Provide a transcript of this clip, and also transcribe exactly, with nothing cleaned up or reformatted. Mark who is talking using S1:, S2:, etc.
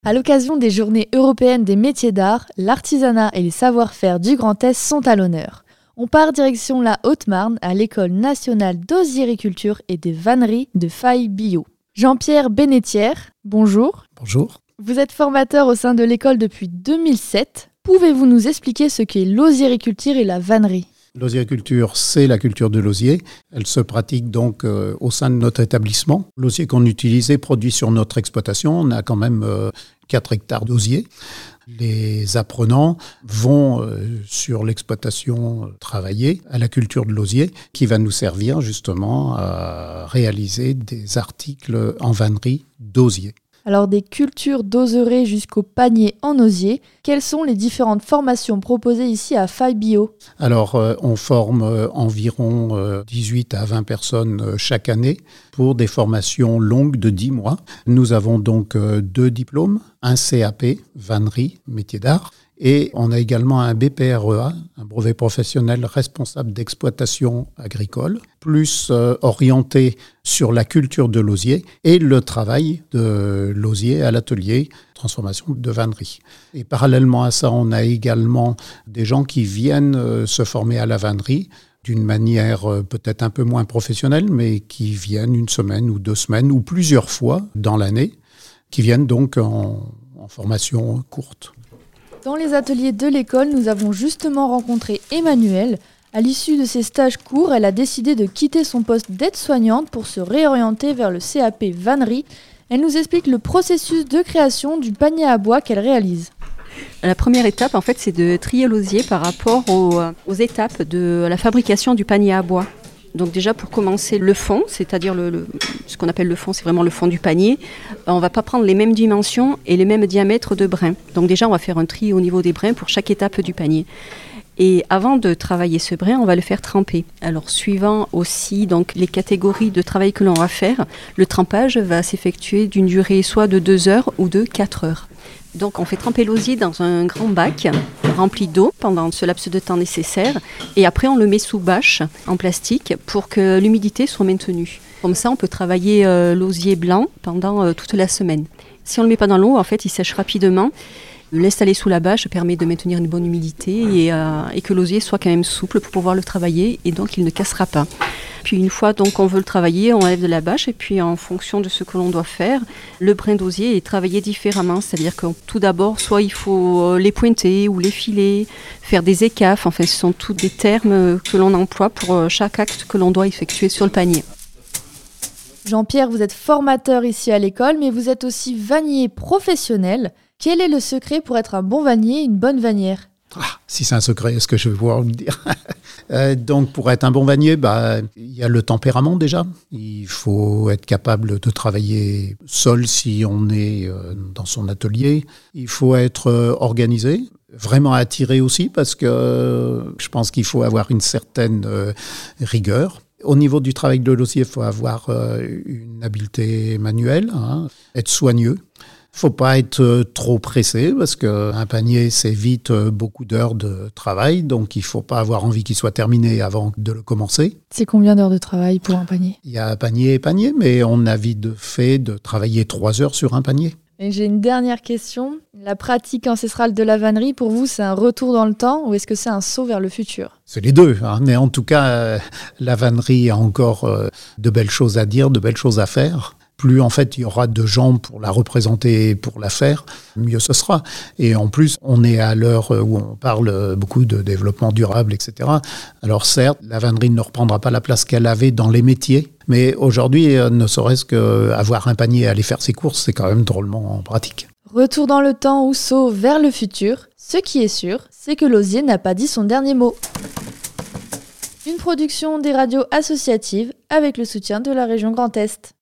S1: À l'occasion des Journées européennes des métiers d'art, l'artisanat et les savoir-faire du Grand Est sont à l'honneur. On part direction la Haute-Marne à l'École nationale d'osiericulture et des vanneries de Faille-Biot. Jean-Pierre Bénétière, bonjour.
S2: Bonjour.
S1: Vous êtes formateur au sein de l'école depuis deux mille sept. Pouvez-vous nous expliquer ce qu'est l'osiericulture et la vannerie ?
S2: L'osiericulture, c'est la culture de l'osier. Elle se pratique donc euh, au sein de notre établissement. L'osier qu'on utilise est produit sur notre exploitation. On a quand même euh, quatre hectares d'osier. Les apprenants vont euh, sur l'exploitation euh, travailler à la culture de l'osier qui va nous servir justement à réaliser des articles en vannerie d'osier.
S1: Alors des cultures d'oseraie jusqu'au panier en osier, quelles sont les différentes formations proposées ici à Faille-Biot ?
S2: Alors euh, on forme euh, environ euh, dix-huit à vingt personnes euh, chaque année pour des formations longues de dix mois. Nous avons donc euh, deux diplômes, un C A P, vannerie, métier d'art, et on a également un B P R E A, un brevet professionnel responsable d'exploitation agricole, plus euh, orienté sur la culture de l'osier et le travail de l'osier à l'atelier, transformation de vannerie. Et parallèlement à ça, on a également des gens qui viennent euh, se former à la vannerie d'une manière euh, peut-être un peu moins professionnelle, mais qui viennent une semaine ou deux semaines ou plusieurs fois dans l'année, qui viennent donc en, en formation courte.
S1: Dans les ateliers de l'école, nous avons justement rencontré Emmanuelle. À l'issue de ses stages courts, elle a décidé de quitter son poste d'aide-soignante pour se réorienter vers le C A P vannerie. Elle nous explique le processus de création du panier à bois qu'elle réalise.
S3: La première étape, en fait, c'est de trier l'osier par rapport aux, aux étapes de la fabrication du panier à bois. Donc déjà pour commencer le fond, c'est-à-dire le, le, ce qu'on appelle le fond, c'est vraiment le fond du panier. On ne va pas prendre les mêmes dimensions et les mêmes diamètres de brins. Donc déjà on va faire un tri au niveau des brins pour chaque étape du panier. Et avant de travailler ce brin, on va le faire tremper. Alors suivant aussi donc, les catégories de travail que l'on va faire, le trempage va s'effectuer d'une durée soit de deux heures ou de quatre heures. Donc on fait tremper l'osier dans un grand bac rempli d'eau pendant ce laps de temps nécessaire et après on le met sous bâche en plastique pour que l'humidité soit maintenue. Comme ça on peut travailler euh, l'osier blanc pendant euh, toute la semaine. Si on ne le met pas dans l'eau, en fait il sèche rapidement. L'installer sous la bâche permet de maintenir une bonne humidité et, euh, et que l'osier soit quand même souple pour pouvoir le travailler et donc il ne cassera pas. Puis une fois donc on veut le travailler, on enlève de la bâche et puis en fonction de ce que l'on doit faire, le brin d'osier est travaillé différemment. C'est-à-dire que tout d'abord, soit il faut les pointer ou les filer, faire des écafes. Enfin, ce sont tous des termes que l'on emploie pour chaque acte que l'on doit effectuer sur le panier.
S1: Jean-Pierre, vous êtes formateur ici à l'école, mais vous êtes aussi vannier professionnel. Quel est le secret pour être un bon vannier, une bonne vannière ?
S2: Ah, si c'est un secret, est-ce que je vais pouvoir le dire ? euh, Donc, pour être un bon vannier, bah, il y a le tempérament déjà. Il faut être capable de travailler seul si on est euh, dans son atelier. Il faut être euh, organisé, vraiment attiré aussi, parce que euh, je pense qu'il faut avoir une certaine euh, rigueur. Au niveau du travail de l'osier, il faut avoir euh, une habileté manuelle, hein, être soigneux. Il ne faut pas être trop pressé parce qu'un panier, c'est vite beaucoup d'heures de travail. Donc, il ne faut pas avoir envie qu'il soit terminé avant de le commencer.
S1: C'est combien d'heures de travail pour un panier ?
S2: Il y a panier et panier, mais on a vite fait de travailler trois heures sur un panier.
S1: Et j'ai une dernière question. La pratique ancestrale de la vannerie, pour vous, c'est un retour dans le temps ou est-ce que c'est un saut vers le futur ?
S2: C'est les deux, hein. Mais en tout cas, euh, la vannerie a encore euh, de belles choses à dire, de belles choses à faire. Plus en fait il y aura de gens pour la représenter et pour la faire, mieux ce sera. Et en plus, on est à l'heure où on parle beaucoup de développement durable, et cetera. Alors certes, la vannerie ne reprendra pas la place qu'elle avait dans les métiers, mais aujourd'hui, ne serait-ce qu'avoir un panier et aller faire ses courses, c'est quand même drôlement pratique.
S1: Retour dans le temps ou saut vers le futur, ce qui est sûr, c'est que l'osier n'a pas dit son dernier mot. Une production des radios associatives avec le soutien de la région Grand Est.